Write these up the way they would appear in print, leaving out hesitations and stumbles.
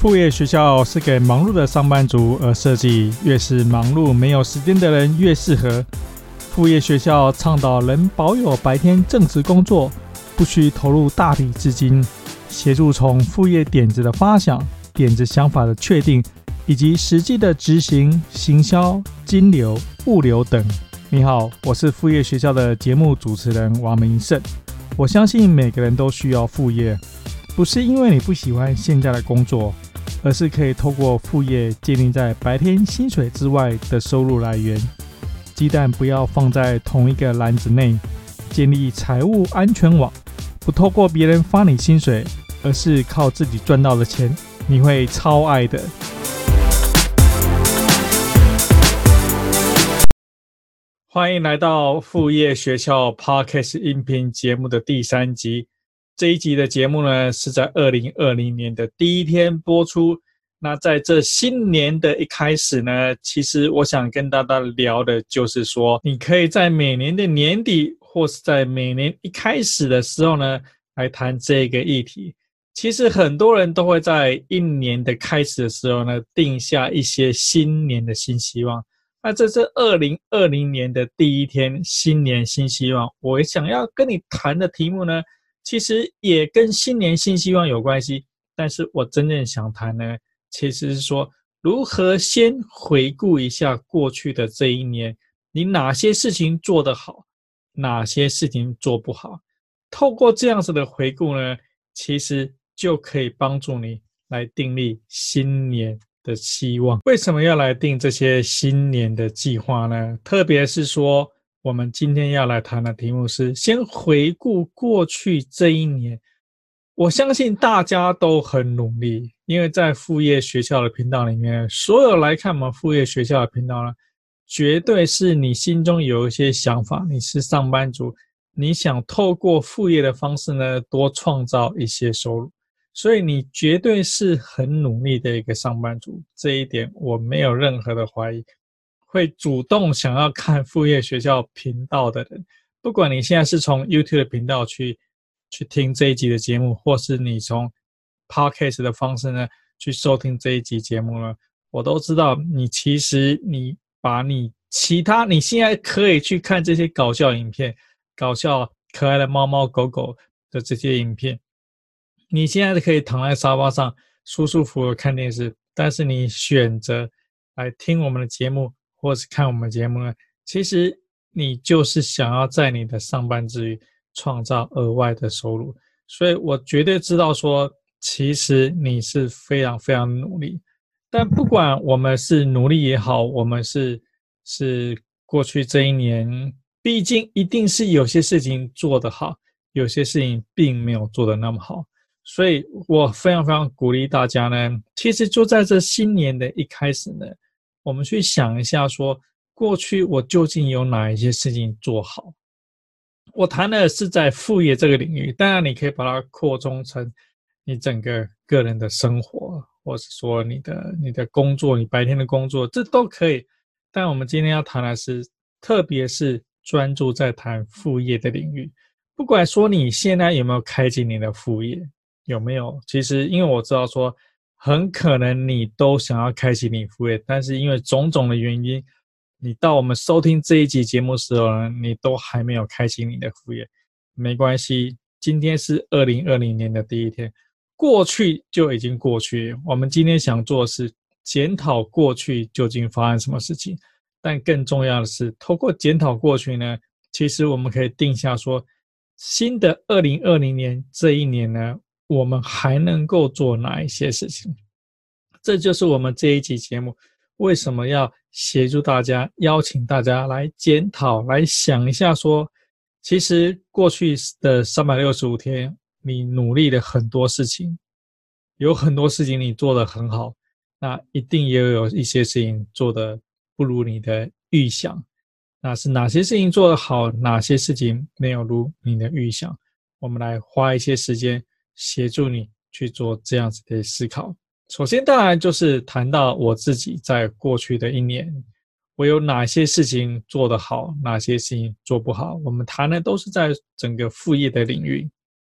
副业学校是给忙碌的上班族而设计，越是忙碌没有时间的人越适合。副业学校倡导能保有白天正职工作，不需投入大笔资金，协助从副业点子的发想、点子想法的确定，以及实际的执行、行销、金流、物流等。你好，我是副业学校的节目主持人王明胜。我相信每个人都需要副业，不是因为你不喜欢现在的工作，而是可以透过副业建立在白天薪水之外的收入来源。鸡蛋不要放在同一个篮子内，建立财务安全网，不透过别人发你薪水，而是靠自己赚到的钱，你会超爱的。欢迎来到副业学校 Podcast 音频节目的第3集。这一集的节目呢，是在2020年的第一天播出。那在这新年的一开始呢，其实我想跟大家聊的就是说，你可以在每年的年底或是在每年一开始的时候呢，来谈这个议题。其实很多人都会在一年的开始的时候呢，定下一些新年的新希望。那这是2020年的第一天，新年新希望。我想要跟你谈的题目呢，其实也跟新年新希望有关系，但是我真正想谈呢，其实是说如何先回顾一下过去的这一年，你哪些事情做得好，哪些事情做不好。透过这样子的回顾呢，其实就可以帮助你来订立新年的希望。为什么要来定这些新年的计划呢？特别是说我们今天要来谈的题目是先回顾过去这一年。我相信大家都很努力，因为在副业学校的频道里面，所有来看我们副业学校的频道呢，绝对是你心中有一些想法，你是上班族，你想透过副业的方式呢，多创造一些收入。所以你绝对是很努力的一个上班族，这一点我没有任何的怀疑。会主动想要看副业学校频道的人，不管你现在是从 YouTube 的频道去听这一集的节目，或是你从 Podcast 的方式呢去收听这一集节目呢，我都知道你其实你把你其他你现在可以去看这些搞笑影片，搞笑可爱的猫猫狗狗的这些影片，你现在可以躺在沙发上舒舒服服看电视，但是你选择来听我们的节目或是看我们的节目呢，其实你就是想要在你的上班之余创造额外的收入。所以我绝对知道说，其实你是非常非常努力。但不管我们是努力也好，我们是过去这一年，毕竟一定是有些事情做得好，有些事情并没有做得那么好。所以我非常非常鼓励大家呢，其实就在这新年的一开始呢，我们去想一下说，过去我究竟有哪一些事情做好。我谈的是在副业这个领域，当然你可以把它扩充成你整个个人的生活，或是说你的工作，你白天的工作，这都可以。但我们今天要谈的是，特别是专注在谈副业的领域。不管说你现在有没有开启你的副业，有没有？其实因为我知道说，很可能你都想要开启你副业，但是因为种种的原因，你到我们收听这一集节目的时候呢，你都还没有开启你的副业。没关系，今天是2020年的第一天，过去就已经过去。我们今天想做的是检讨过去究竟发生什么事情，但更重要的是，透过检讨过去呢，其实我们可以定下说，新的2020年这一年呢，我们还能够做哪一些事情。这就是我们这一集节目为什么要协助大家，邀请大家来检讨，来想一下说，其实过去的365天，你努力了很多事情，有很多事情你做得很好，那一定也有一些事情做得不如你的预想。那是哪些事情做得好，哪些事情没有如你的预想，我们来花一些时间协助你去做这样子的思考。首先当然就是谈到我自己在过去的一年，我有哪些事情做得好，哪些事情做不好，我们谈的都是在整个副业的领域。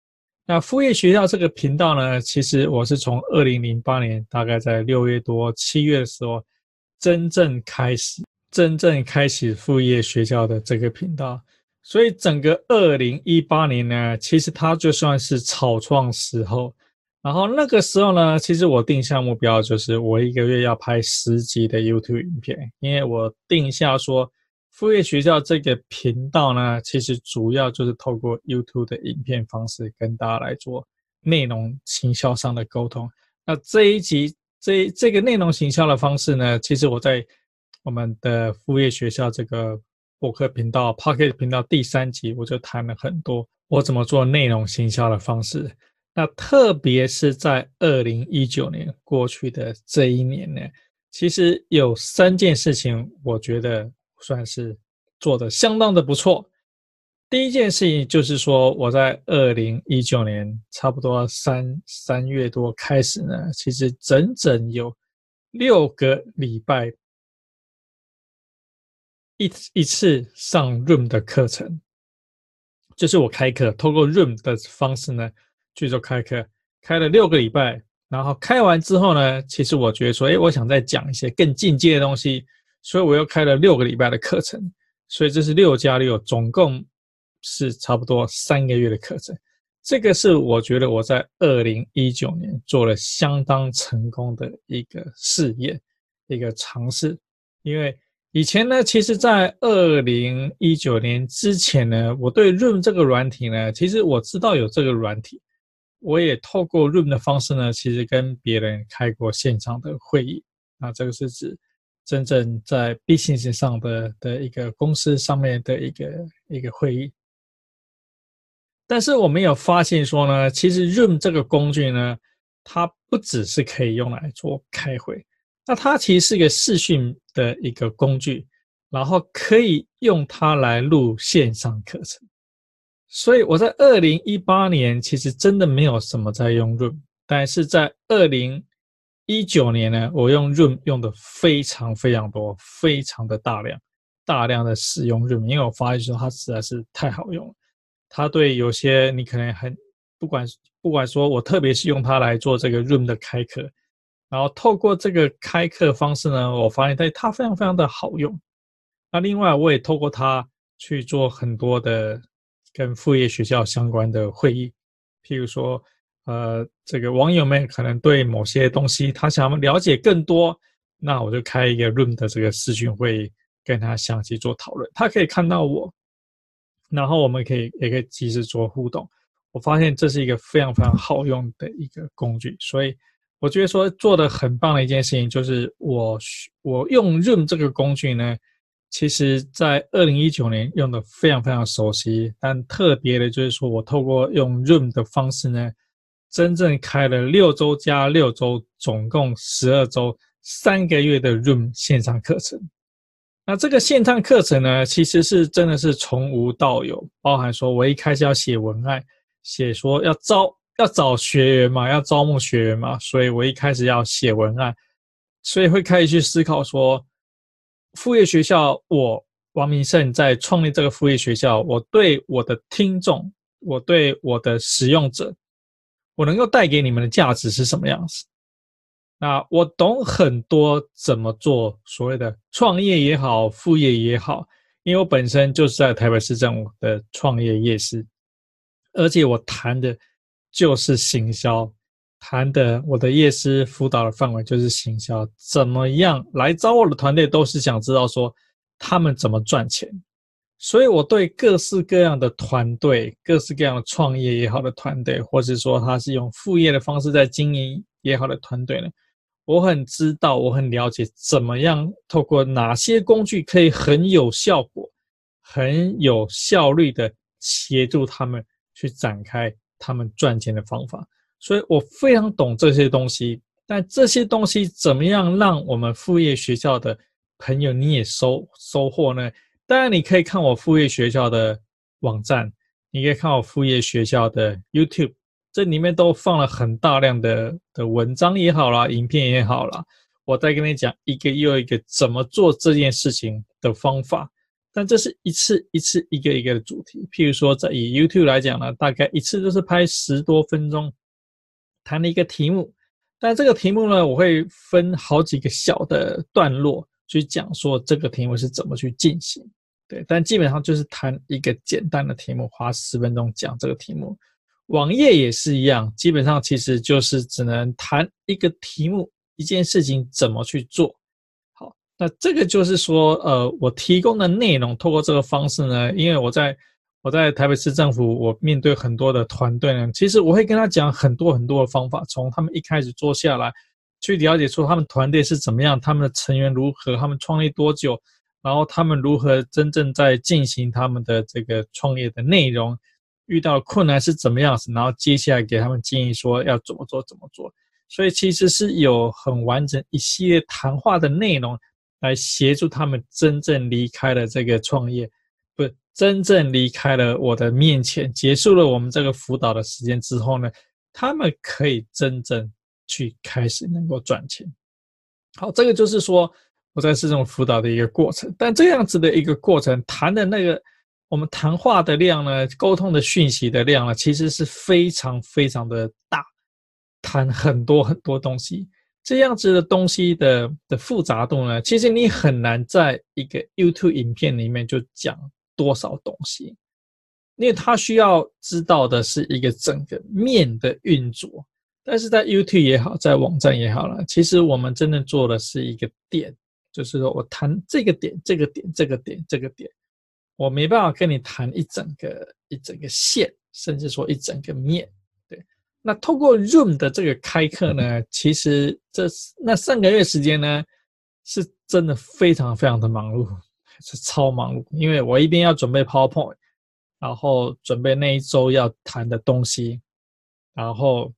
那副业学校这个频道呢，其实我是从2008年大概在6月多7月的时候真正开始副业学校的这个频道。所以整个2018年呢，其实它就算是草创时候。然后那个时候呢，其实我定下目标就是我1个月要拍10集的 YouTube 影片，因为我定下说副业学校这个频道呢，其实主要就是透过 YouTube 的影片方式跟大家来做内容行销上的沟通。那这一集这个内容行销的方式呢，其实我在我们的副业学校这个播客频道 Podcast 频道第3集我就谈了很多我怎么做内容行销的方式。那特别是在2019年过去的这一年呢，其实有3件事情我觉得算是做得相当的不错。第一件事情就是说，我在2019年差不多3月多开始呢，其实整整有6个礼拜一次上 Room 的课程，就是我开课，透过 Room 的方式呢去做开课，开了6个礼拜，然后开完之后呢，其实我觉得说，我想再讲一些更进阶的东西，所以我又开了6个礼拜的课程，所以这是6+6，总共是差不多3个月的课程。这个是我觉得我在2019年做了相当成功的一个试验，一个尝试。因为以前呢，其实在2019年之前呢，我对 Room 这个软体呢，其实我知道有这个软体，我也透过 Room 的方式呢，其实跟别人开过现场的会议。那这个是指真正在 business 上的一个公司上面的一个会议。但是我们有发现说呢，其实 Room 这个工具呢，它不只是可以用来做开会，那它其实是一个视讯的一个工具，然后可以用它来录线上课程。所以我在2018年其实真的没有什么在用 Room， 但是在2019年呢，我用 Room 用的非常非常多，非常的大量的使用 Room， 因为我发现说它实在是太好用了。它对有些你可能不管说我特别是用它来做这个 Room 的开课，然后透过这个开课方式呢，我发现它非常非常的好用。那另外我也透过它去做很多的跟副业学校相关的会议，譬如说这个网友们可能对某些东西他想要了解更多，那我就开一个 Room 的这个视讯会议跟他详细做讨论，他可以看到我，然后我们也可以及时做互动。我发现这是一个非常非常好用的一个工具，所以我觉得说做的很棒的一件事情就是我用 Room 这个工具呢，其实在2019年用的非常非常熟悉，但特别的就是说我透过用 Room 的方式呢，真正开了6周加6周，总共12周3个月的 Room 线上课程。那这个线上课程呢，其实是真的是从无到有，包含说我一开始要写文案，写说要找学员嘛，要招募学员嘛，所以我一开始要写文案，所以会开始去思考说，副业学校我王明胜在创立这个副业学校，我对我的听众，我对我的使用者，我能够带给你们的价值是什么样子？那我懂很多怎么做所谓的创业也好，副业也好，因为我本身就是在台北市政府的创业业师，而且我谈的就是行销，谈的我的业师辅导的范围就是行销，怎么样来找我的团队都是想知道说他们怎么赚钱，所以我对各式各样的团队，各式各样的创业也好的团队，或是说他是用副业的方式在经营也好的团队呢，我很知道，我很了解怎么样透过哪些工具可以很有效果、很有效率的协助他们去展开他们赚钱的方法。所以我非常懂这些东西，但这些东西怎么样让我们副业学校的朋友你也收获呢？当然你可以看我副业学校的网站，你可以看我副业学校的 YouTube，这里面都放了很大量的文章也好啦，影片也好啦，我再跟你讲一个又一个怎么做这件事情的方法， 但这是一次一次一个一个的主题。譬如说在以 YouTube 来讲呢，大概一次就是拍10多分钟，谈了一个题目。但这个题目呢，我会分好几个小的段落去讲说这个题目是怎么去进行。对，但基本上就是谈一个简单的题目，花10分钟讲这个题目。网页也是一样，基本上其实就是只能谈一个题目，一件事情怎么去做。好，那这个就是说我提供的内容透过这个方式呢，因为我在台北市政府，我面对很多的团队呢，其实我会跟他讲很多很多的方法，从他们一开始做下来，去了解说他们团队是怎么样，他们的成员如何，他们创立多久，然后他们如何真正在进行他们的这个创业的内容，遇到困难是怎么样子，然后接下来给他们建议说要怎么做怎么做。所以其实是有很完整一系列谈话的内容来协助他们真正离开了这个创业，不是真正离开了我的面前，结束了我们这个辅导的时间之后呢，他们可以真正去开始能够赚钱。好，这个就是说我在市政府辅导的一个过程。但这样子的一个过程，谈的那个我们谈话的量呢，沟通的讯息的量呢，其实是非常非常的大，谈很多很多东西。这样子的东西的复杂度呢，其实你很难在一个 YouTube 影片里面就讲多少东西，因为他需要知道的是一个整个面的运作。但是在 YouTube 也好，在网站也好了，其实我们真正做的是一个点，就是说我谈这个点这个点这个点这个点，我没办法跟你谈一整个线，甚至说一整个面。对，那透过 Zoom 的这个开课呢，其实那3个月时间呢，是真的非常非常的忙碌，是超忙碌，因为我一边要准备 PowerPoint， 然后准备那一周要谈的东西，然后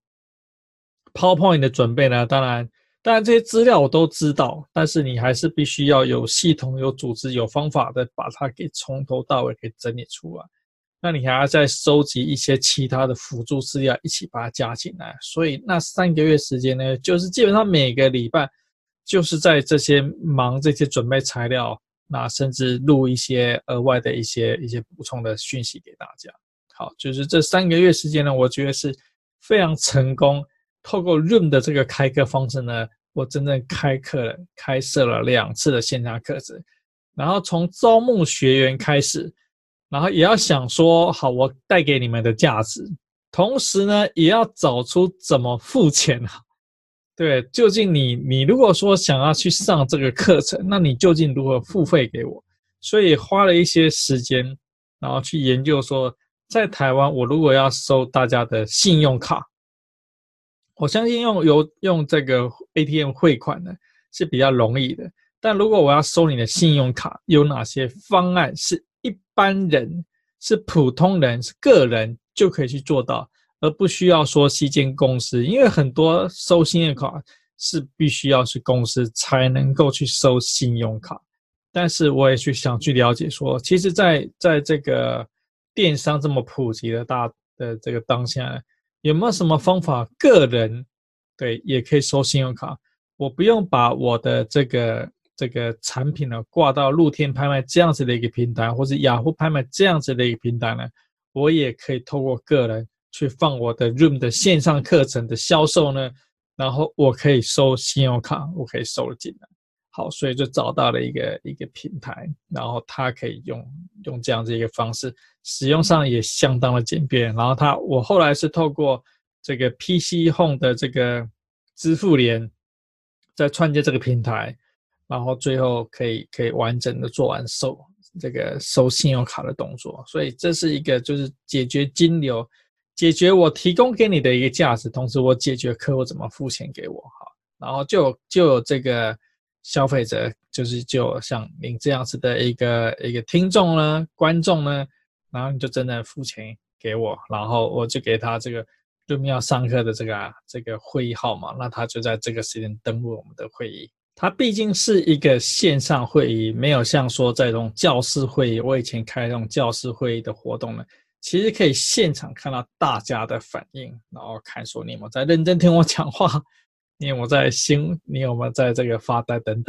PowerPoint 的准备呢，当然这些资料我都知道，但是你还是必须要有系统、有组织、有方法的把它给从头到尾给整理出来。那你还要再收集一些其他的辅助资料，一起把它加进来。所以那3个月时间呢，就是基本上每个礼拜就是在这些忙这些准备材料，那甚至录一些额外的一些补充的讯息给大家。好，就是这3个月时间呢，我觉得是非常成功。透过 Zoom 的这个开课方式呢，我真正开设了2次的线下课程，然后从招募学员开始，然后也要想说好我带给你们的价值，同时呢也要找出怎么付钱啊。对，究竟你如果说想要去上这个课程，那你究竟如何付费给我？所以花了一些时间，然后去研究说，在台湾我如果要收大家的信用卡，我相信用这个 ATM 汇款呢是比较容易的，但如果我要收你的信用卡，有哪些方案是一般人、是普通人、是个人就可以去做到，而不需要说是一间公司？因为很多收信用卡是必须要是公司才能够去收信用卡。但是我也想去了解说，其实在这个电商这么普及的这个当下，有没有什么方法个人对也可以收信用卡？我不用把我的这个产品呢挂到露天拍卖这样子的一个平台，或者雅虎拍卖这样子的一个平台呢，我也可以透过个人去放我的 Zoom 的线上课程的销售呢，然后我可以收信用卡，我可以收了进来。好，所以就找到了一个平台，然后它可以用这样子一个方式，使用上也相当的简便。然后我后来是透过这个 PC Home 的这个支付连，再串接这个平台，然后最后可以完整的做完收信用卡的动作。所以这是一个就是解决金流，解决我提供给你的一个价值，同时我解决客户怎么付钱给我。好，然后就有这个消费者，就有像您这样子的一个听众呢、观众呢，然后你就真的付钱给我，然后我就给他这个Zoom要上课的这个会议号码，那他就在这个时间登录我们的会议。它毕竟是一个线上会议，没有像说在这种教室会议，我以前开这种教室会议的活动呢，其实可以现场看到大家的反应，然后看说你有没有在认真听我讲话，你有没有在这个发呆等等。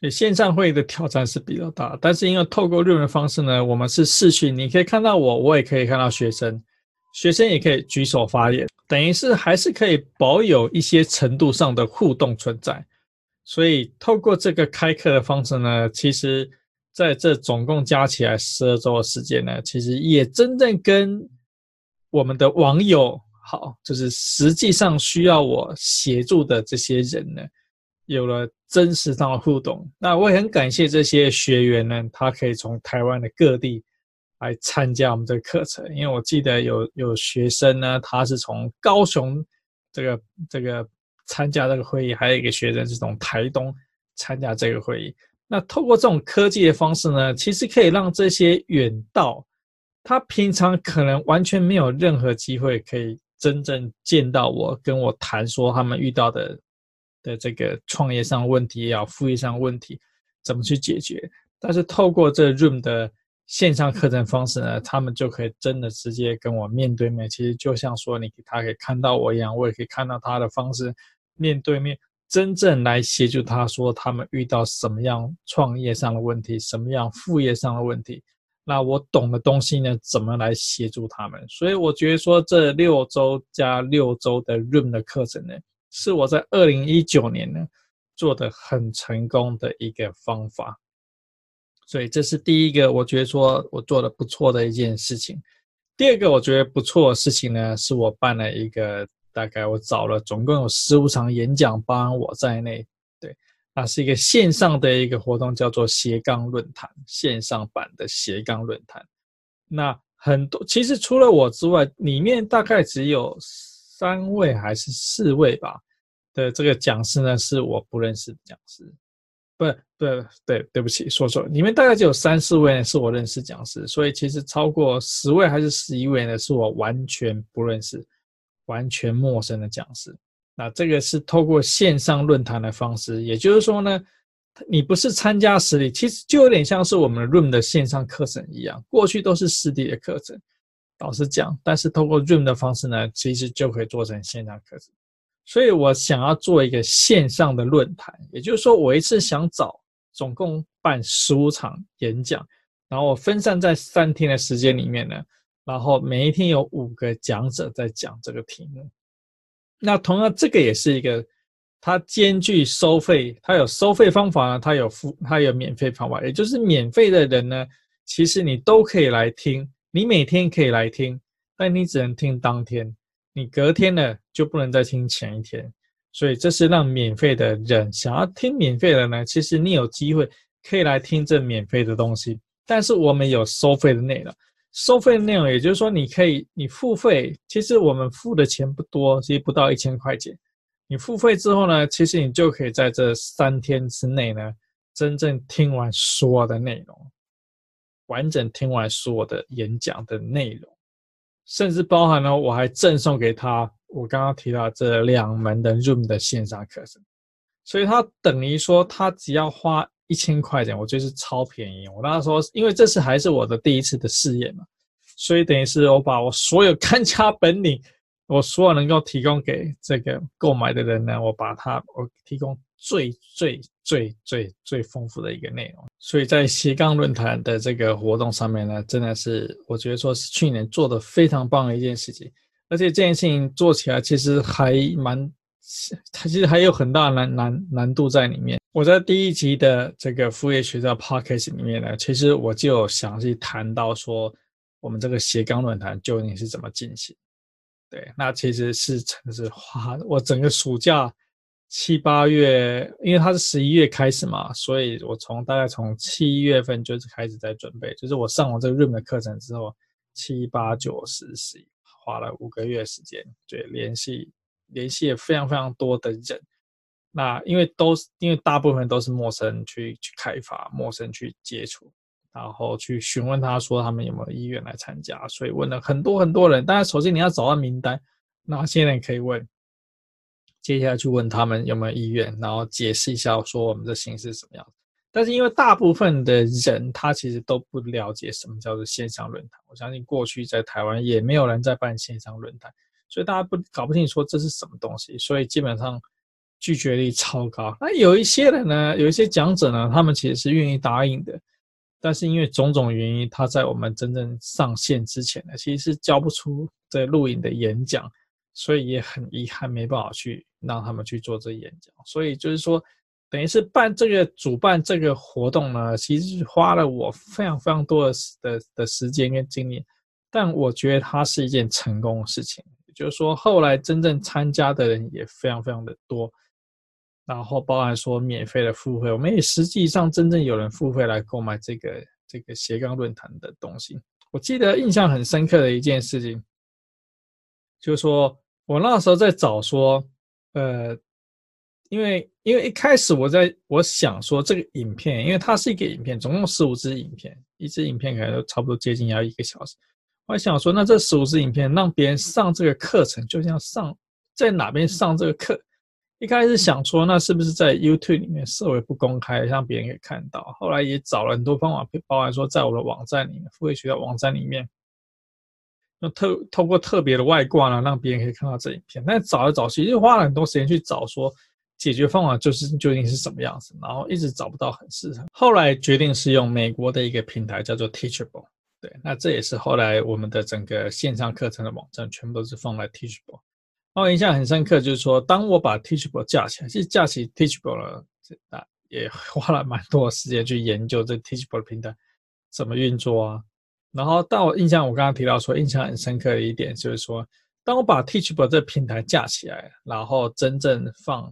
所以线上会议的挑战是比较大，但是因为透过 Zoom 的方式呢，我们是视讯，你可以看到我，我也可以看到学生，学生也可以举手发言，等于是还是可以保有一些程度上的互动存在。所以透过这个开课的方式呢，其实在这总共加起来12周的时间呢，其实也真正跟我们的网友好，就是实际上需要我协助的这些人呢，有了真实上的互动。那我也很感谢这些学员呢，他可以从台湾的各地来参加我们这个课程，因为我记得有学生呢，他是从高雄这个参加这个会议，还有一个学生是从台东参加这个会议。那透过这种科技的方式呢，其实可以让这些远道，他平常可能完全没有任何机会可以真正见到我，跟我谈说他们遇到的这个创业上问题也好，副业上问题怎么去解决。但是透过这 Zoom 的线上课程方式呢，他们就可以真的直接跟我面对面，其实就像说他可以看到我一样，我也可以看到他的方式，面对面真正来协助他说他们遇到什么样创业上的问题，什么样副业上的问题，那我懂的东西呢，怎么来协助他们。所以我觉得说这6周加6周的 Zoom 的课程呢，是我在2019年呢做的很成功的一个方法。所以这是第一个我觉得说我做的不错的一件事情。第二个我觉得不错的事情呢，是我办了一个，大概我找了总共有15场演讲，包含我在内，对，那是一个线上的一个活动，叫做斜杠论坛，线上版的斜杠论坛。那很多其实除了我之外，里面大概只有3位还是4位吧的这个讲师呢，是我不认识的讲师。对不起，说错了，里面大概只有3、4位呢是我认识讲师，所以其实超过10位还是11位呢是我完全不认识、完全陌生的讲师。那这个是透过线上论坛的方式，也就是说呢，你不是参加实体，其实就有点像是我们 Zoom 的线上课程一样，过去都是实体的课程，老师讲，但是透过 Zoom 的方式呢，其实就可以做成线上课程。所以我想要做一个线上的论坛，也就是说我一次想找总共办15场演讲，然后我分散在3天的时间里面呢，然后每一天有5个讲者在讲这个题目。那同样这个也是一个，它兼具收费，它有收费方法呢，它有免费方法，也就是免费的人呢，其实你都可以来听，你每天可以来听，但你只能听当天，你隔天呢就不能再听前一天。所以这是让免费的人想要听免费的呢，其实你有机会可以来听这免费的东西，但是我们有收费的内容。收费的内容，也就是说，你付费，其实我们付的钱不多，其实不到1000块钱。你付费之后呢，其实你就可以在这3天之内呢，真正听完所有的内容，完整听完所有的演讲的内容，甚至包含了我还赠送给他我刚刚提到这2门的 Zoom 的线上课程。所以他等于说他只要花1000块钱，我觉得是超便宜。我那时候因为这次还是我的第一次的试验嘛，所以等于是我把我所有看家本领，我所有能够提供给这个购买的人呢，我提供最丰富的一个内容。所以在斜杠论坛的这个活动上面呢，真的是我觉得说是去年做的非常棒的一件事情，而且这件事情做起来其实它其实还有很大的难度在里面。我在第1集的这个副业学校 Podcast 里面呢，其实我就有详细谈到说我们这个斜杠论坛究竟是怎么进行。对，那其实是真的是花我整个暑假7、8月，因为它是11月开始嘛，所以我大概从7月份就是开始在准备，就是我上完这个 Zoom 的课程之后，7、8、9、10、11，花了5个月时间，对，联系了非常非常多的人。那因为大部分都是陌生人去开发，陌生人去接触，然后去询问他说他们有没有意愿来参加，所以问了很多很多人。当然，首先你要找到名单，哪些人可以问，接下来去问他们有没有意愿，然后解释一下说我们的形式是什么样子。但是因为大部分的人他其实都不了解什么叫做线上论坛，我相信过去在台湾也没有人在办线上论坛，所以大家搞不清楚说这是什么东西，所以基本上拒绝率超高。那有一些人呢，有一些讲者呢，他们其实是愿意答应的，但是因为种种原因，他在我们真正上线之前呢，其实是交不出这录影的演讲，所以也很遗憾没办法去让他们去做这演讲。所以就是说，等于是主办这个活动呢，其实花了我非常非常多的时间跟精力，但我觉得它是一件成功的事情。也就是说，后来真正参加的人也非常非常的多。然后包含说免费的付费，我们也实际上真正有人付费来购买这个斜杠论坛的东西。我记得印象很深刻的一件事情，就是说我那时候在找说，因为一开始我想说这个影片，因为它是一个影片，总共15支影片，一支影片可能都差不多接近要1个小时。我还想说，那这15支影片让别人上这个课程，就像在哪边上这个课。一开始想说，那是不是在 YouTube 里面设为不公开，让别人可以看到？后来也找了很多方法，包含说在我的网站里面，付费学校网站里面，透过特别的外挂呢，让别人可以看到这影片。但找来找去，就花了很多时间去找说解决方法究竟是什么样子，然后一直找不到很适合。后来决定是用美国的一个平台叫做 Teachable， 对，那这也是后来我们的整个线上课程的网站全部都是放在 Teachable。我印象很深刻，就是说，当我把 Teachable 架起来，其实架起 Teachable 了，也花了蛮多的时间去研究这 Teachable 的平台怎么运作啊。然后，但我刚刚提到说，印象很深刻的一点就是说，当我把 Teachable 这平台架起来，然后真正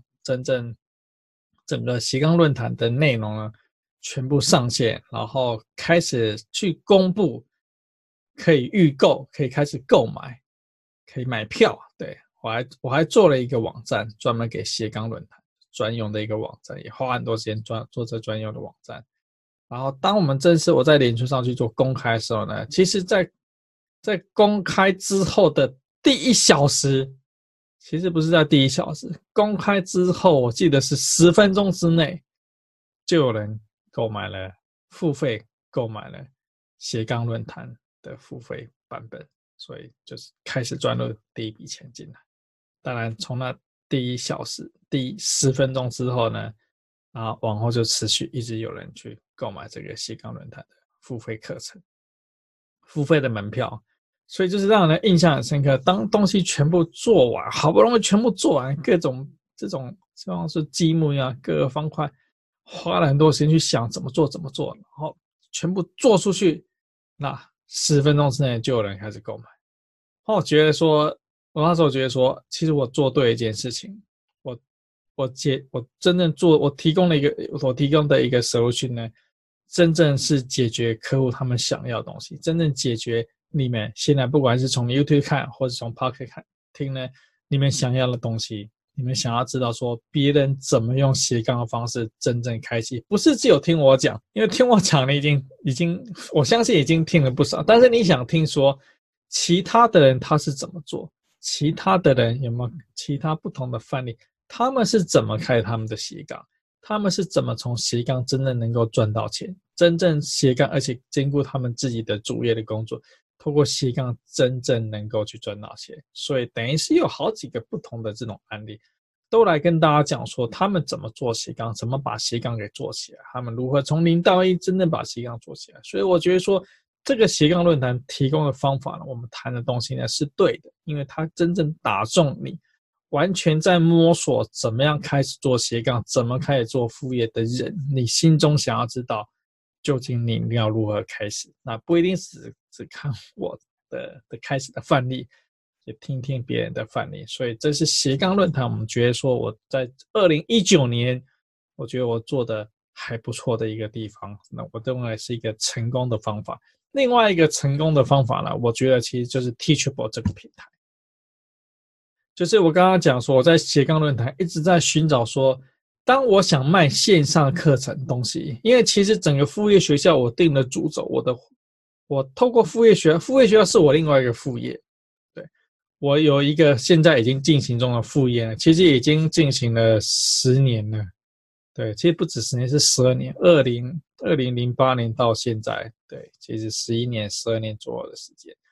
整个斜杠论坛的内容呢，全部上线，然后开始去公布，可以预购，可以开始购买，可以买票，对。我还做了一个网站，专门给斜杠论坛专用的一个网站，也花很多时间做这专用的网站。然后，当我们我在脸书上去做公开的时候呢，其实在公开之后的第1小时，其实不是在第1小时，公开之后，我记得是10分钟之内，就有人付费购买了斜杠论坛的付费版本，所以就是开始赚了第一笔钱进来。当然，从那第1小时、第10分钟之后呢，然后往后就持续一直有人去购买这个斜杠论坛的付费课程、付费的门票，所以就是让人印象很深刻。当东西全部做完，好不容易全部做完，各种这种像是积木一样，各个方块，花了很多时间去想怎么做，然后全部做出去，那10分钟之内就有人开始购买。我那时候觉得说，其实我做对一件事情，我真正我提供的一个 solution 呢，真正是解决客户他们想要的东西，真正解决你们现在不管是从 YouTube 看或者从 Podcast 听呢，你们想要的东西，你们想要知道说别人怎么用斜杠的方式真正开启，不是只有听我讲，因为听我讲你已经我相信已经听了不少，但是你想听说其他的人他是怎么做，其他的人有没有其他不同的范例，他们是怎么开他们的斜杠，他们是怎么从斜杠真正能够赚到钱，真正斜杠而且兼顾他们自己的主业的工作，透过斜杠真正能够去赚到钱。所以等于是有好几个不同的这种案例都来跟大家讲说他们怎么做斜杠，怎么把斜杠给做起来，他们如何从0到1真正把斜杠做起来。所以我觉得说这个斜杠论坛提供的方法呢，我们谈的东西呢是对的，因为它真正打中你完全在摸索怎么样开始做斜杠，怎么开始做副业的人，你心中想要知道究竟你要如何开始，那不一定只看我的开始的范例，也听听别人的范例。所以这是斜杠论坛，我们觉得说我在2019年我觉得我做的还不错的一个地方，那我认为是一个成功的方法。另外一个成功的方法呢，我觉得其实就是 Teachable 这个平台。就是我刚刚讲说，我在斜杠论坛一直在寻找说，当我想卖线上课程东西，因为其实整个副业学校我定了主轴，我透过副业学校是我另外一个副业，对，我有一个现在已经进行中的副业，其实已经进行了10年了，对，其实不止10年，是12年，2008年到现在，对，其实11年、12年左右的时间。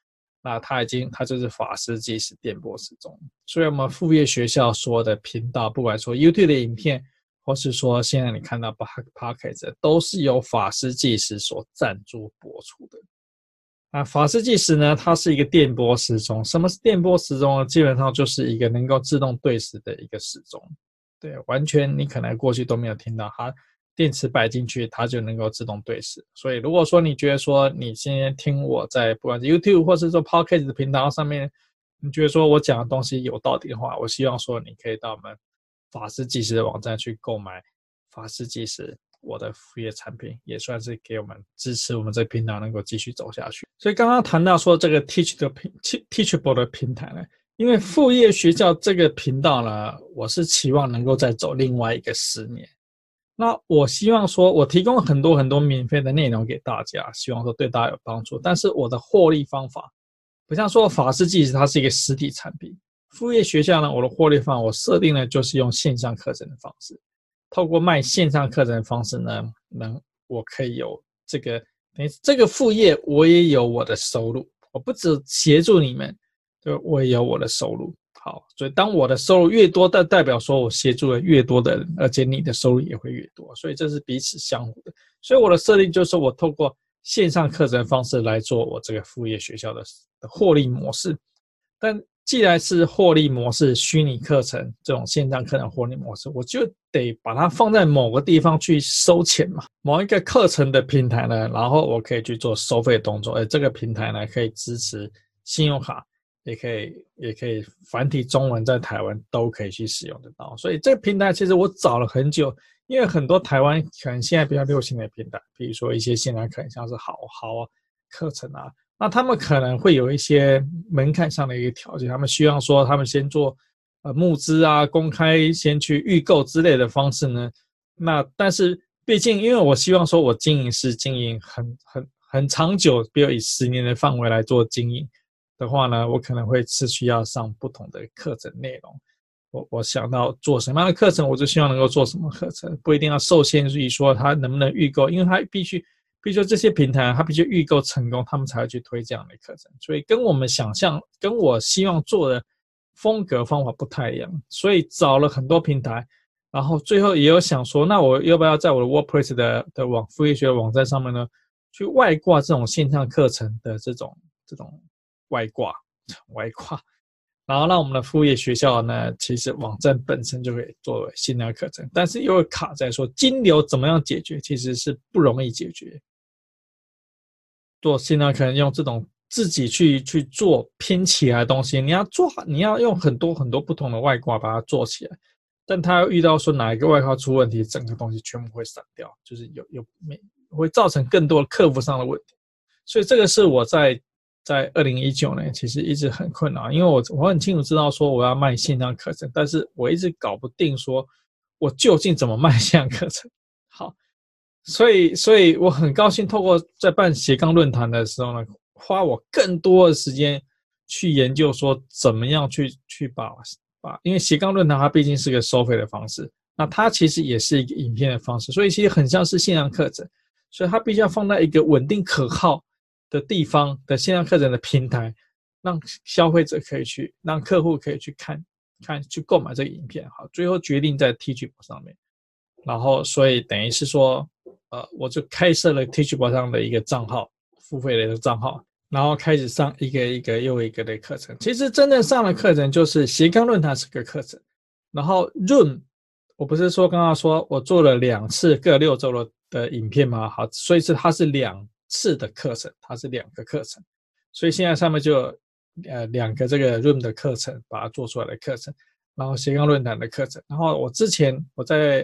那它就是法师计时电波时钟。所以我们副业学校所有的频道，不管说 YouTube 的影片，或是说现在你看到 Podcast， 都是由法师计时所赞助播出的。那法师计时呢，它是一个电波时钟。什么是电波时钟呢？基本上就是一个能够自动对时的一个时钟。对，完全你可能过去都没有听到，它电池摆进去，它就能够自动对时。所以如果说你觉得说你今天听我在不管是 YouTube 或是说 Podcast 的频道上面，你觉得说我讲的东西有道理的话，我希望说你可以到我们法师计时的网站去购买法师计时我的副业产品，也算是给我们支持我们这个频道能够继续走下去。所以刚刚谈到说这个 Teachable 的平台呢，因为副业学校这个频道呢，我是期望能够再走另外一个10年。那我希望说我提供很多很多免费的内容给大家，希望说对大家有帮助。但是我的获利方法不像说法师计时它是一个实体产品，副业学校呢，我的获利方法我设定呢就是用线上课程的方式。透过卖线上课程的方式呢，我可以有这个副业，我也有我的收入。我不只协助你们，就我也有我的收入。好，所以当我的收入越多，代表说我协助了越多的人，而且你的收入也会越多，所以这是彼此相互的。所以我的设定就是我透过线上课程的方式来做我这个副业学校的获利模式。但既然是获利模式，虚拟课程这种线上课程获利模式，我就得把它放在某个地方去收钱嘛。某一个课程的平台呢，然后我可以去做收费动作。这个平台呢可以支持信用卡，也可以繁体中文在台湾都可以去使用得到。所以这个平台其实我找了很久，因为很多台湾可能现在比较流行的平台，比如说一些线上课程，像是好课程啊。那他们可能会有一些门槛上的一个条件，他们希望说他们先做募资啊，公开先去预购之类的方式呢。那但是毕竟因为我希望说我经营很长久，比如以10年的范围来做经营的话呢，我可能会持续要上不同的课程内容。我想到做什么样的课程，我就希望能够做什么课程，不一定要受限于说它能不能预购，因为它必须比如说这些平台它必须预购成功，他们才会去推这样的课程。所以跟我们想象，跟我希望做的风格方法不太一样，所以找了很多平台，然后最后也有想说，那我要不要在我的 WordPress 的副业学的网站上面呢，去外挂这种线上课程的这种外挂，然后让我们的副业学校呢，其实网站本身就可以作为线上课程，但是又会卡在说金流怎么样解决，其实是不容易解决。做线上课程用这种自己去做拼起来的东西，你要用很多很多不同的外挂把它做起来，但它遇到说哪一个外挂出问题，整个东西全部会散掉，就是会造成更多的客服上的问题。所以这个是我在2019年其实一直很困难，因为我很清楚知道说我要卖线上课程，但是我一直搞不定说我究竟怎么卖线上课程。好，所以我很高兴透过在办斜杠论坛的时候呢，花我更多的时间去研究说怎么样去把因为斜杠论坛它毕竟是个收费的方式，那它其实也是一个影片的方式，所以其实很像是线上课程，所以它必须要放在一个稳定可靠的地方的线上课程的平台，让消费者可以去，让客户可以去看去购买这个影片。好，最后决定在 Teachable 上面，然后所以等于是说我就开设了 Teachable 上的一个账号，付费的一个账号，然后开始上一个一个又一个的课程。其实真正上的课程就是斜杠论坛是个课程，然后 Zoom 我不是说刚刚说我做了2次各6周的影片吗？好，所以它是2次的课程，它是2个课程，所以现在上面就有2个这个 Zoom 的课程，把它做出来的课程，然后斜杠论坛的课程。然后我在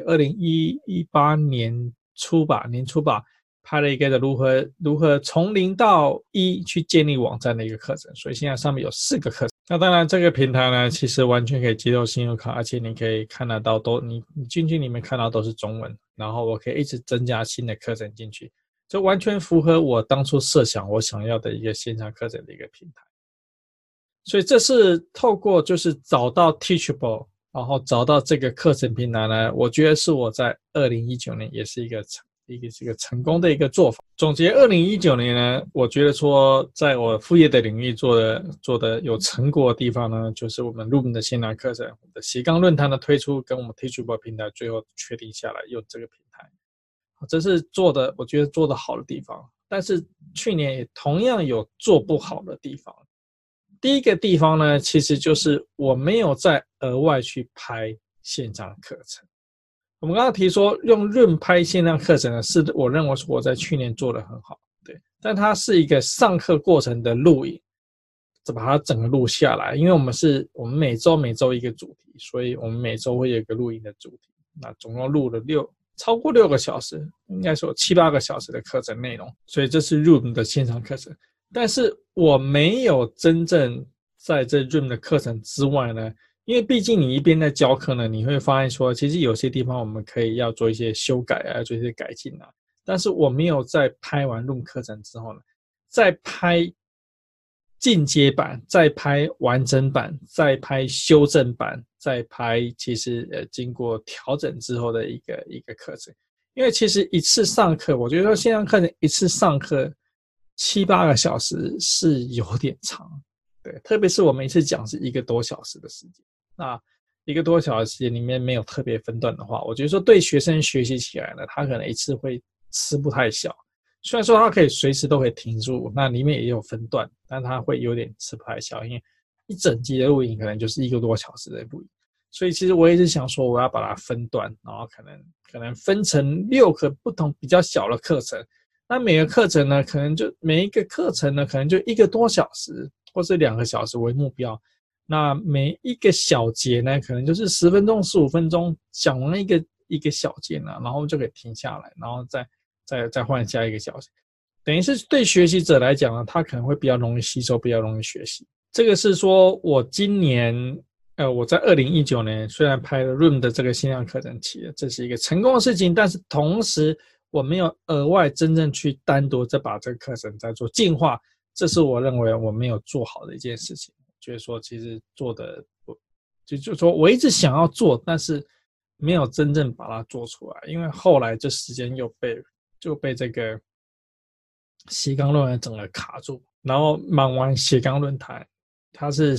2018年初吧拍了一个如何从0到1去建立网站的一个课程，所以现在上面有4个课程。那当然这个平台呢，其实完全可以接受信用卡，而且你可以看得到你进去里面看到都是中文，然后我可以一直增加新的课程进去，这完全符合我当初设想我想要的一个线上课程的一个平台。所以这是透过就是找到 Teachable， 然后找到这个课程平台呢，我觉得是我在2019年也是一个这个成功的一个做法。总结2019年呢，我觉得说在我副业的领域做的有成果的地方呢，就是我们 Room 的线上课程，我们的斜杠论坛的推出，跟我们 Teachable 平台最后确定下来用这个平台，这是我觉得做得好的地方。但是去年也同样有做不好的地方。第一个地方呢，其实就是我没有再额外去拍线上课程。我们刚刚提说用Room拍线上课程呢，是我认为我在去年做得很好，对，但它是一个上课过程的录影，把它整个录下来，因为我们每周一个主题，所以我们每周会有一个录影的主题，那总共录了超过6个小时，应该说7、8个小时的课程内容，所以这是 Room 的线上课程。但是我没有真正在这 Room 的课程之外呢，因为毕竟你一边在教课呢，你会发现说，其实有些地方我们可以要做一些修改啊，要做一些改进啊。但是我没有在拍完 Room 课程之后呢，再拍进阶版，再拍完整版，再拍修正版，再拍其实经过调整之后的一个课程。因为其实一次上课，我觉得说线上课程一次上课7、8个小时是有点长，对，特别是我们一次讲是1个多小时的时间，那1个多小时时间里面没有特别分段的话，我觉得说对学生学习起来呢，他可能一次会吃不太消。虽然说它可以随时都可以停住，那里面也有分段，但它会有点吃不太消，因为一整集的录影可能就是1个多小时的录影，所以其实我一直想说我要把它分段，然后可能分成6个不同比较小的课程，那每个课程呢，每一个课程呢，可能就1个多小时或是2个小时为目标，那每一个小节呢，可能就是10分钟、15分钟讲完一个小节呢，然后就可以停下来，然后再换下一个小节，等于是对学习者来讲呢，他可能会比较容易吸收，比较容易学习。这个是说我今年，我在2019年虽然拍了 Room 的这个线上课程期了，这是一个成功的事情，但是同时我没有额外真正去单独再把这个课程再做进化，这是我认为我没有做好的一件事情。就是说，其实做的就是说我一直想要做，但是没有真正把它做出来，因为后来这时间就被这个斜杠论坛整个卡住，然后忙完斜杠论坛，它是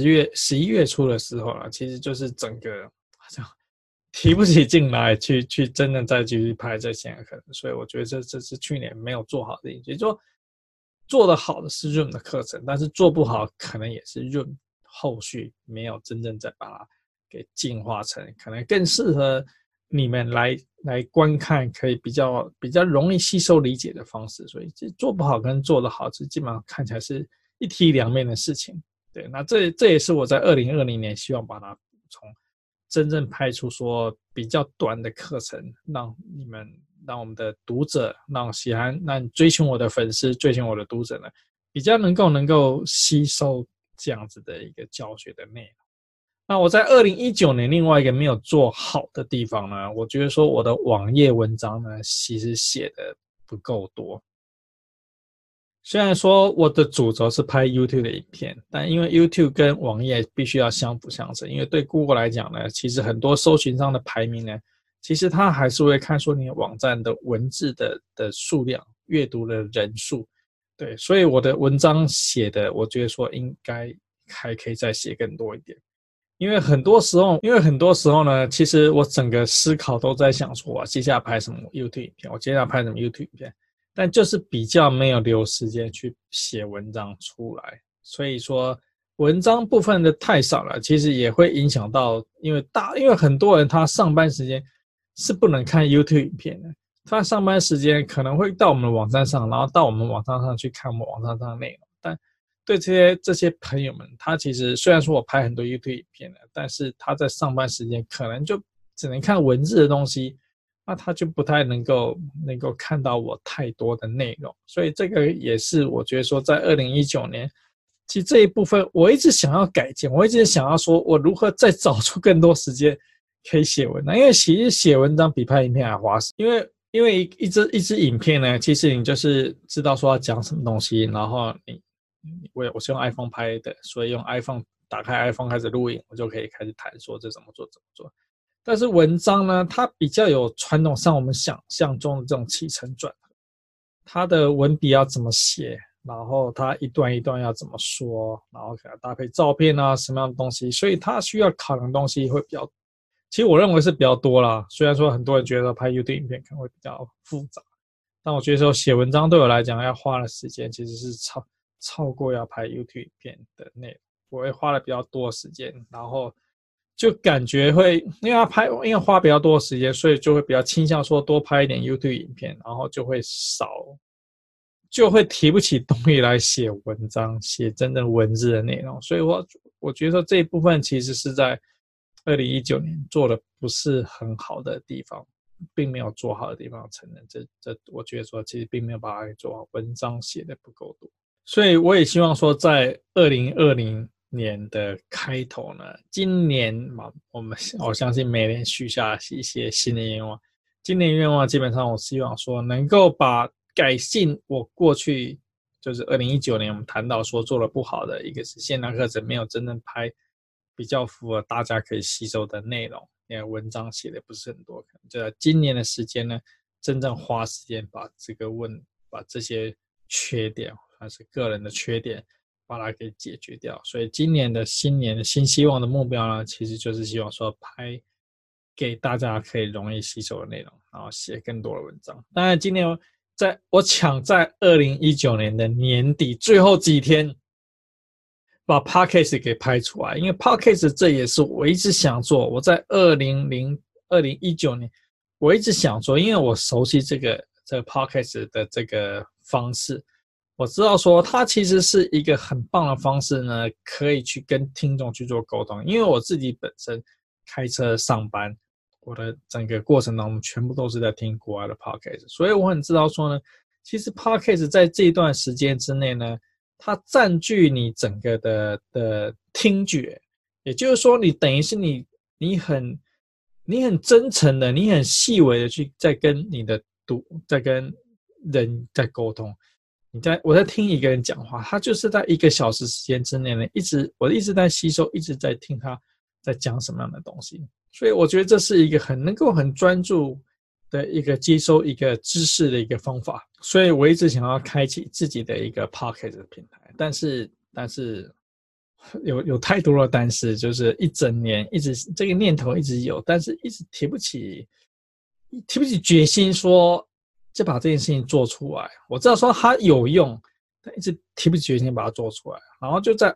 11月初的时候了，其实就是整个好像提不起劲来去真正再继续拍这些课程，所以我觉得这是去年没有做好的，也就是说做得好的是 Room 的课程，但是做不好可能也是 Room 后续没有真正再把它给进化成可能更适合你们来观看，可以比较容易吸收理解的方式，所以做不好跟做得好，这基本上看起来是一体两面的事情。对，那这也是我在2020年希望把它从真正拍出说比较短的课程，让我们的读者，让追寻我的粉丝，追寻我的读者呢，比较能够吸收这样子的一个教学的内容。那我在2019年另外一个没有做好的地方呢，我觉得说我的网页文章呢，其实写的不够多。虽然说我的主轴是拍 YouTube 的影片，但因为 YouTube 跟网页必须要相辅相成，因为对 Google 来讲呢，其实很多搜寻上的排名呢，其实它还是会看说你网站的文字的数量、阅读的人数。对，所以我的文章写的，我觉得说应该还可以再写更多一点。因为很多时候呢，其实我整个思考都在想说，我接下来拍什么 YouTube 影片，我接下来拍什么 YouTube 影片，但就是比较没有留时间去写文章出来，所以说文章部分的太少了，其实也会影响到，因为很多人他上班时间是不能看 YouTube 影片的，他上班时间可能会到我们的网站上，然后到我们网站上去看我们网站上的内容，但对这些朋友们，他其实虽然说我拍很多 YouTube 影片的，但是他在上班时间可能就只能看文字的东西，那他就不太能够看到我太多的内容，所以这个也是我觉得说在2019年，其实这一部分我一直想要改进，我一直想要说我如何再找出更多时间可以写文章，因为其实写文章比拍影片还花时间，因为一支影片呢，其实你就是知道说要讲什么东西，然后我是用 iPhone 拍的，所以用 iPhone 打开 iPhone 开始录影，我就可以开始谈说这怎么做。 但是文章呢，它比较有传统上我们想象中的这种起承转合，它的文笔要怎么写，然后它一段一段要怎么说，然后给它搭配照片啊，什么样的东西，所以它需要考量的东西会比较，其实我认为是比较多啦。虽然说很多人觉得拍 YouTube 影片可能会比较复杂，但我觉得说写文章对我来讲要花的时间其实是超过要拍 YouTube 影片的内容，我会花了比较多的时间，然后就感觉会因为花比较多的时间，所以就会比较倾向说多拍一点 YouTube 影片，然后就会提不起动力来写文章，写真正文字的内容。所以我觉得说这一部分其实是在2019年做的不是很好的地方，并没有做好的地方承认，我觉得说其实并没有把它做好，文章写的不够多。所以我也希望说在2020年的开头呢，今年嘛，我相信每年许下一些新的愿望。今年愿望基本上我希望说能够把改进我过去就是2019年我们谈到说做的不好的，一个是线上课程没有真正拍比较符合大家可以吸收的内容，因为文章写的不是很多，可能就在今年的时间呢，真正花时间把这些缺点还是个人的缺点把它给解决掉。所以今年的新希望的目标呢，其实就是希望说拍给大家可以容易吸收的内容，然后写更多的文章。当然今年我抢在2019年的年底最后几天把 Podcast 给拍出来，因为 Podcast 这也是我一直想做，我在2019年我一直想做，因为我熟悉这个 Podcast 的这个方式，我知道说它其实是一个很棒的方式呢，可以去跟听众去做沟通。因为我自己本身开车上班，我的整个过程当中全部都是在听国外的 Podcast， 所以我很知道说呢，其实 Podcast 在这一段时间之内呢，它占据你整个的听觉，也就是说，你等于是你很真诚的，你很细微的去在跟人在沟通。我在听一个人讲话，他就是在1个小时时间之内呢，我一直在吸收，一直在听他在讲什么样的东西。所以我觉得这是一个能够很专注的一个接收一个知识的一个方法。所以我一直想要开启自己的一个 Podcast 的平台，但是有太多的但是，就是一整年一直这个念头一直有，但是一直提不起决心说就把这件事情做出来。我知道说它有用，但一直提不起决心把它做出来。然后就在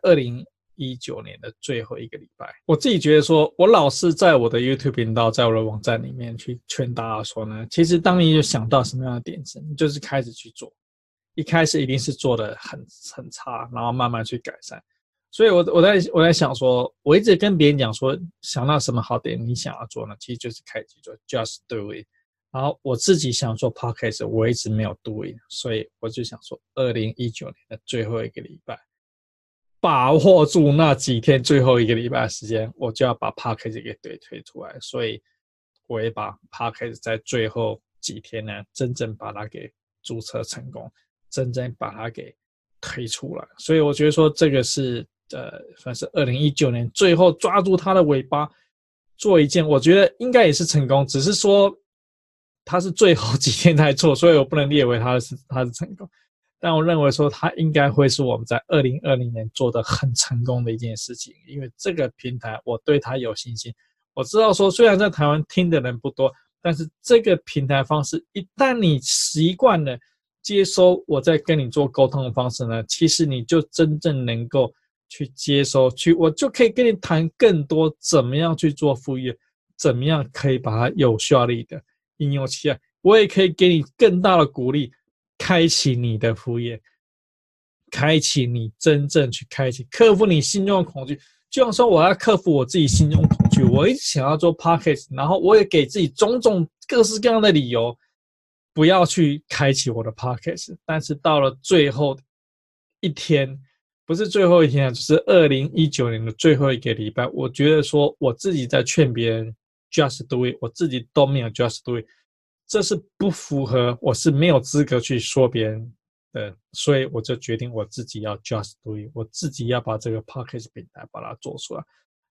2019年的最后1个礼拜，我自己觉得说，我老是在我的 YouTube 频道，在我的网站里面去劝大家说呢，其实当你有想到什么样的点子，你就是开始去做。一开始一定是做的很差，然后慢慢去改善。所以我在想说，我一直跟别人讲说，想到什么好点你想要做呢？其实就是开始做 ，just do it。然后我自己想做 podcast， 我一直没有 do it， 所以我就想说，2019年的最后1个礼拜，把握住那几天最后1个礼拜的时间，我就要把 podcast 给推出来。所以我也把 podcast 在最后几天呢，真正把它给注册成功，真正把它给推出来。所以我觉得说这个是算是2019年最后抓住它的尾巴做一件，我觉得应该也是成功，只是说它是最后几天才做，所以我不能列为它是成功。但我认为说它应该会是我们在2020年做的很成功的一件事情，因为这个平台我对它有信心。我知道说虽然在台湾听的人不多，但是这个平台方式一旦你习惯了接收我在跟你做沟通的方式呢，其实你就真正能够去接收，我就可以跟你谈更多怎么样去做副业，怎么样可以把它有效率的应用起来。我也可以给你更大的鼓励，开启你的副业，开启你真正去克服你心中的恐惧。就像说我要克服我自己心中的恐惧，我一直想要做 podcast， 然后我也给自己种种各式各样的理由不要去开启我的 podcast， 但是到了最后一天，不是最后一天，就是2019年的最后1个礼拜，我觉得说我自己在劝别人 just do it， 我自己都没有 just do it， 这是不符合，我是没有资格去说别人的，所以我就决定我自己要 just do it， 我自己要把这个 podcast 平台把它做出来。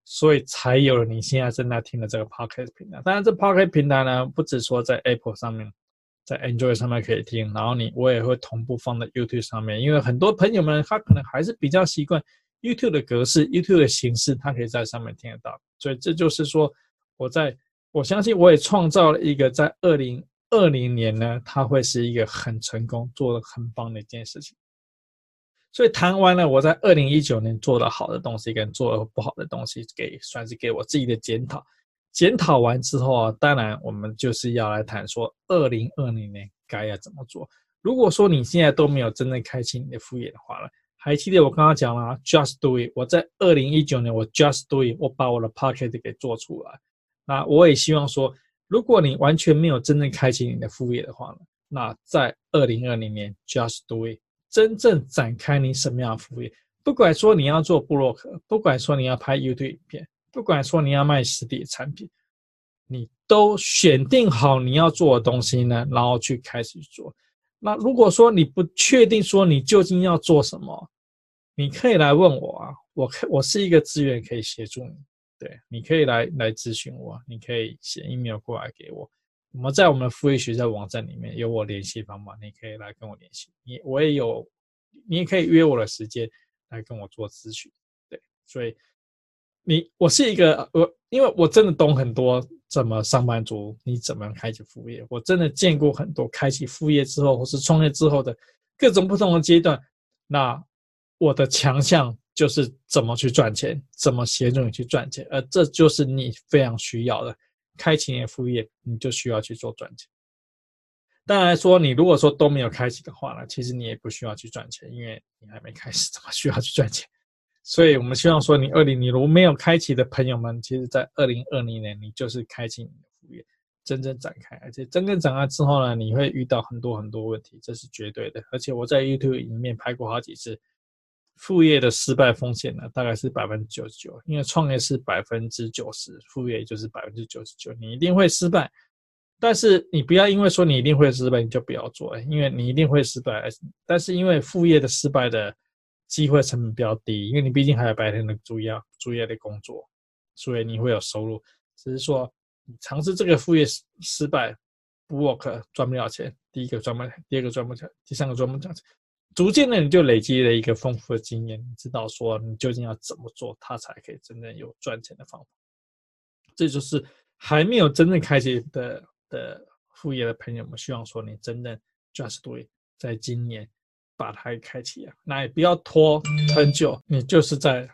所以才有了你现在正在听的这个 Podcast 平台。当然，这 Podcast 平台呢，不只说在 Apple 上面，在 Android 上面可以听，然后我也会同步放在 YouTube 上面，因为很多朋友们他可能还是比较习惯 YouTube 的格式、YouTube 的形式，他可以在上面听得到。所以这就是说，我相信我也创造了一个在2020年呢，它会是一个很成功、做得很棒的一件事情。所以谈完了我在2019年做的好的东西跟做的不好的东西，算是给我自己的检讨。检讨完之后啊，当然我们就是要来谈说2020年该要怎么做。如果说你现在都没有真正开启你的副业的话呢，还记得我刚刚讲了 just do it， 我在2019年我 just do it， 我把我的 podcast 给做出来。那我也希望说，如果你完全没有真正开启你的副业的话呢，那在2020年 just do it，真正展开你什么样的副业，不管说你要做部落格，不管说你要拍 YouTube 影片，不管说你要卖实体产品，你都选定好你要做的东西呢，然后去开始做。那如果说你不确定说你究竟要做什么，你可以来问我啊，我是一个资源可以协助你，对，你可以来咨询我，你可以写 email 过来给我。我们在我们的副业学校网站里面有我联系方法，你可以来跟我联系。你也可以约我的时间来跟我做咨询。对，所以我是一个因为我真的懂很多怎么上班族你怎么开启副业，我真的见过很多开启副业之后或是创业之后的各种不同的阶段。那我的强项就是怎么去赚钱，怎么协助你去赚钱，而这就是你非常需要的。开启你的副业，你就需要去做赚钱。当然说，你如果说都没有开启的话呢，其实你也不需要去赚钱，因为你还没开始，怎么需要去赚钱？所以我们希望说，你如果没有开启的朋友们，其实在2020年，你就是开启你的副业，真正展开，而且真正展开之后呢，你会遇到很多很多问题，这是绝对的。而且我在 YouTube 里面拍过好几次。副业的失败风险呢，大概是99%，因为创业是90%，副业就是99%，你一定会失败。但是你不要因为说你一定会失败，你就不要做，因为你一定会失败。但是因为副业的失败的机会成本比较低，因为你毕竟还有白天的主业的工作，所以你会有收入。只是说你尝试这个副业失败不 work， 赚不了钱，第一个赚不了，第二个赚不了，第三个赚不了钱。逐渐的你就累积了一个丰富的经验，你知道说你究竟要怎么做，它才可以真正有赚钱的方法。这就是还没有真正开启的副业的朋友们，希望说你真正 just do it， 在今年把它开启啊，那也不要拖很久，你就是在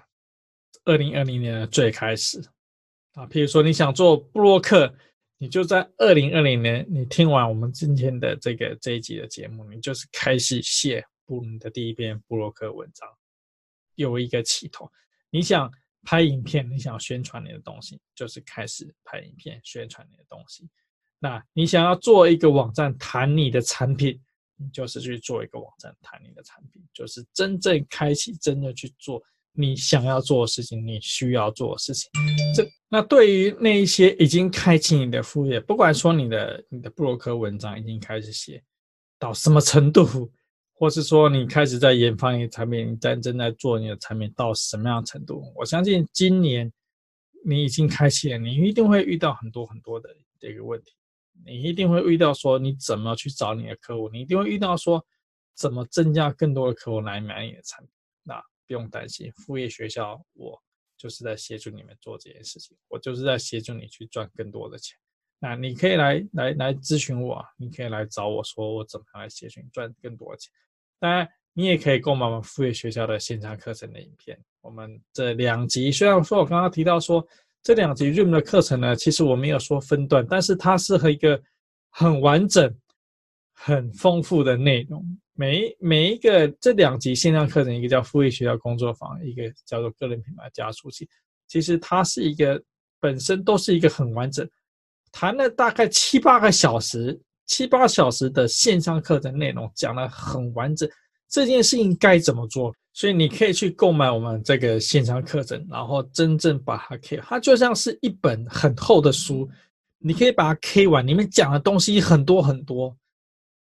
2020年的最开始啊。譬如说你想做部落客，你就在2020年，你听完我们今天的这一集的节目，你就是开始写你的第一篇部落客文章，有一个起头。你想拍影片，你想宣传你的东西，就是开始拍影片宣传你的东西。那你想要做一个网站谈你的产品，你就是去做一个网站谈你的产品，就是真正开启，真的去做你想要做的事情，你需要做的事情。那对于那一些已经开启你的副业，不管说你的部落格文章已经开始写到什么程度，或是说你开始在研发你的产品，你正在做你的产品到什么样的程度，我相信今年你已经开启了，你一定会遇到很多很多的一个问题，你一定会遇到说你怎么去找你的客户，你一定会遇到说怎么增加更多的客户来买你的产品。那不用担心，副业学校我就是在协助你们做这件事情，我就是在协助你去赚更多的钱。那你可以来咨询我，你可以来找我说我怎么样来协助你赚更多的钱。当然，你也可以购买我们副业学校的线上课程的影片。我们这2集，虽然说我刚刚提到说这2集 Zoom 的课程呢，其实我没有说分段，但是它是一个很完整、很丰富的内容。每一个这2集线上课程，一个叫副业学校工作坊，一个叫做个人品牌加速器。其实它是一个本身都是一个很完整，谈了大概7-8个小时。7-8小时的线上课程内容讲得很完整，这件事情该怎么做？所以你可以去购买我们这个线上课程，然后真正把它 K， 它就像是一本很厚的书，你可以把它 K 完，里面讲的东西很多很多，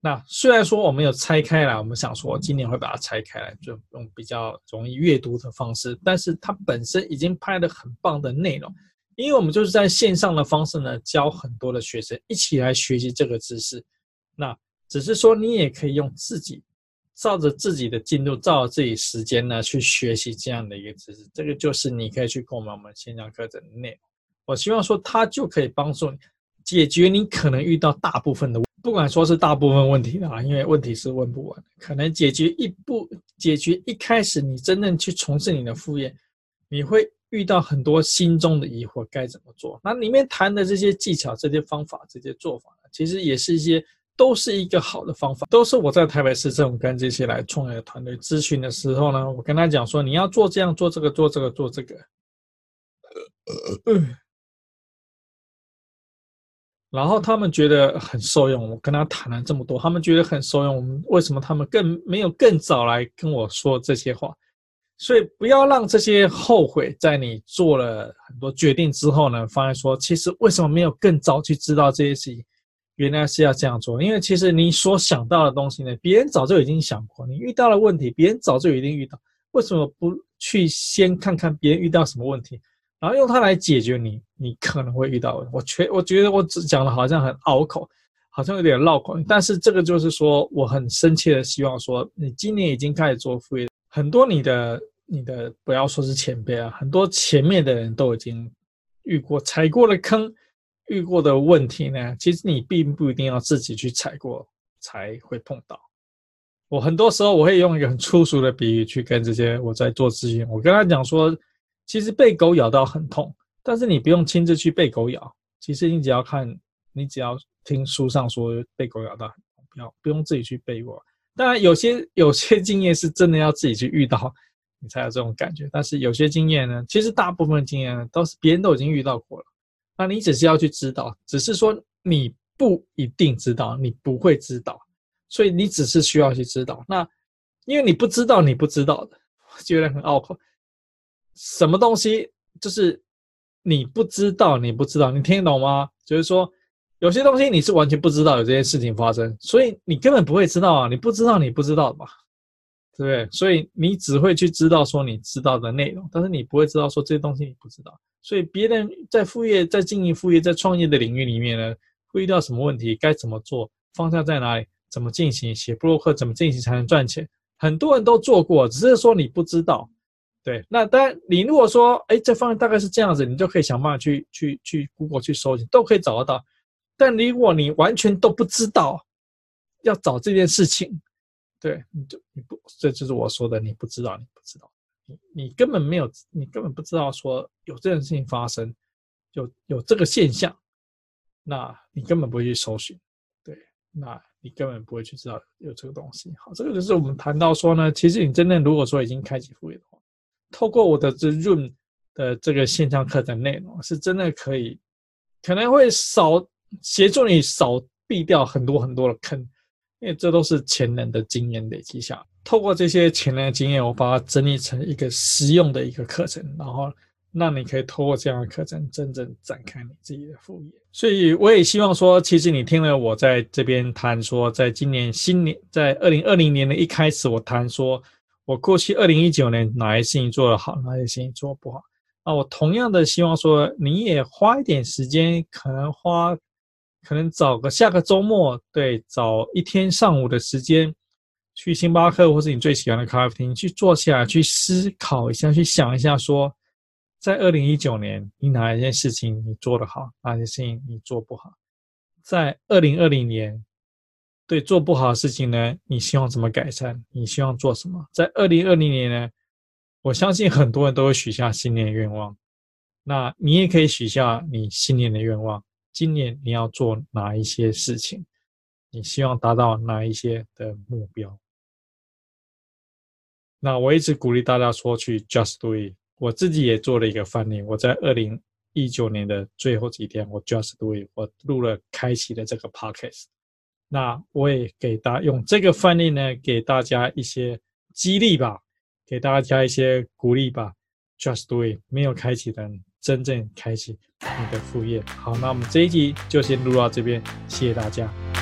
那虽然说我们有拆开来，我们想说今年会把它拆开来，就用比较容易阅读的方式，但是它本身已经拍了很棒的内容，因为我们就是在线上的方式呢，教很多的学生一起来学习这个知识。那只是说你也可以用自己照着自己的进度，照着自己时间呢去学习这样的一个知识，这个就是你可以去购买我们线上课程的内容。我希望说它就可以帮助你解决你可能遇到大部分的，不管说是大部分问题啦，因为问题是问不完的，可能解决一开始你真正去从事你的副业，你会遇到很多心中的疑惑该怎么做。那里面谈的这些技巧、这些方法、这些做法，其实也是都是一个好的方法，都是我在台北市政府跟这些来创业的团队咨询的时候呢，我跟他讲说你要做这样、做这个、做这个、做这个。然后他们觉得很受用，我跟他谈了这么多，他们觉得很受用，为什么他们没有更早来跟我说这些话？所以不要让这些后悔，在你做了很多决定之后呢，发现说其实为什么没有更早去知道这些事情？原来是要这样做，因为其实你所想到的东西呢，别人早就已经想过，你遇到了问题，别人早就已经遇到，为什么不去先看看别人遇到什么问题？然后用它来解决你可能会遇到的。我觉得我只讲的好像很拗口，好像有点绕口，但是这个就是说，我很深切的希望说，你今年已经开始做副业，很多你的不要说是前辈啊，很多前面的人都已经踩过的坑，遇过的问题呢，其实你并不一定要自己去踩过才会碰到。我很多时候我会用一个很粗俗的比喻去跟这些我在做咨询，我跟他讲说，其实被狗咬到很痛，但是你不用亲自去被狗咬，其实你只要听书上说被狗咬到很痛，不用自己去被过。当然有些经验是真的要自己去遇到，你才有这种感觉。但是有些经验呢，其实大部分经验呢都是别人都已经遇到过了，那你只是要去知道，只是说你不一定知道，你不会知道，所以你只是需要去知道。那因为你不知道你不知道的，我觉得很拗口。什么东西就是你不知道，你听得懂吗？就是说有些东西你是完全不知道有这件事情发生，所以你根本不会知道啊，你不知道的嘛，对不对？所以你只会去知道说你知道的内容，但是你不会知道说这些东西你不知道。所以别人在经营副业、在创业的领域里面呢，会遇到什么问题，该怎么做，方向在哪里，怎么进行，写部落格怎么进行才能赚钱，很多人都做过，只是说你不知道。对，那当然，你如果说，哎，这方面大概是这样子，你就可以想办法去 Google 去搜寻，都可以找得到。但如果你完全都不知道要找这件事情，对，这就是我说的，你不知道，你根本不知道说有这件事情发生，有这个现象，那你根本不会去搜寻，对，那你根本不会去知道有这个东西。好，这个就是我们谈到说呢，其实你真正如果说已经开启副业的话，透过我的Zoom的这个线上课程内容，是真的可能会协助你少避掉很多很多的坑，因为这都是前人的经验累积下来。透过这些前人的经验，我把它整理成一个实用的一个课程，然后让你可以透过这样的课程真正展开你自己的副业。所以我也希望说，其实你听了我在这边谈说，在今年新年，在2020年的一开始，我谈说我过去2019年哪些事情做得好，哪些事情做不好。那我同样的希望说，你也花一点时间，可能下个周末，对，找一天上午的时间，去星巴克或是你最喜欢的咖啡厅去坐下来，去思考一下，去想一下说，在2019年你哪一件事情你做得好，哪些事情你做不好。在2020年，对，做不好的事情呢，你希望怎么改善？你希望做什么？在2020年呢，我相信很多人都会许下新年的愿望，那你也可以许下你新年的愿望。今年你要做哪一些事情？你希望达到哪一些的目标？那我一直鼓励大家说去 just do it。我自己也做了一个范例，我在2019年的最后几天，我 just do it， 我录了开启了这个 podcast。那我也给大家用这个范例呢，给大家一些激励吧，给大家一些鼓励吧。Just do it， 没有开启的人真正开启你的副业。好，那我们这一集就先录到这边，谢谢大家。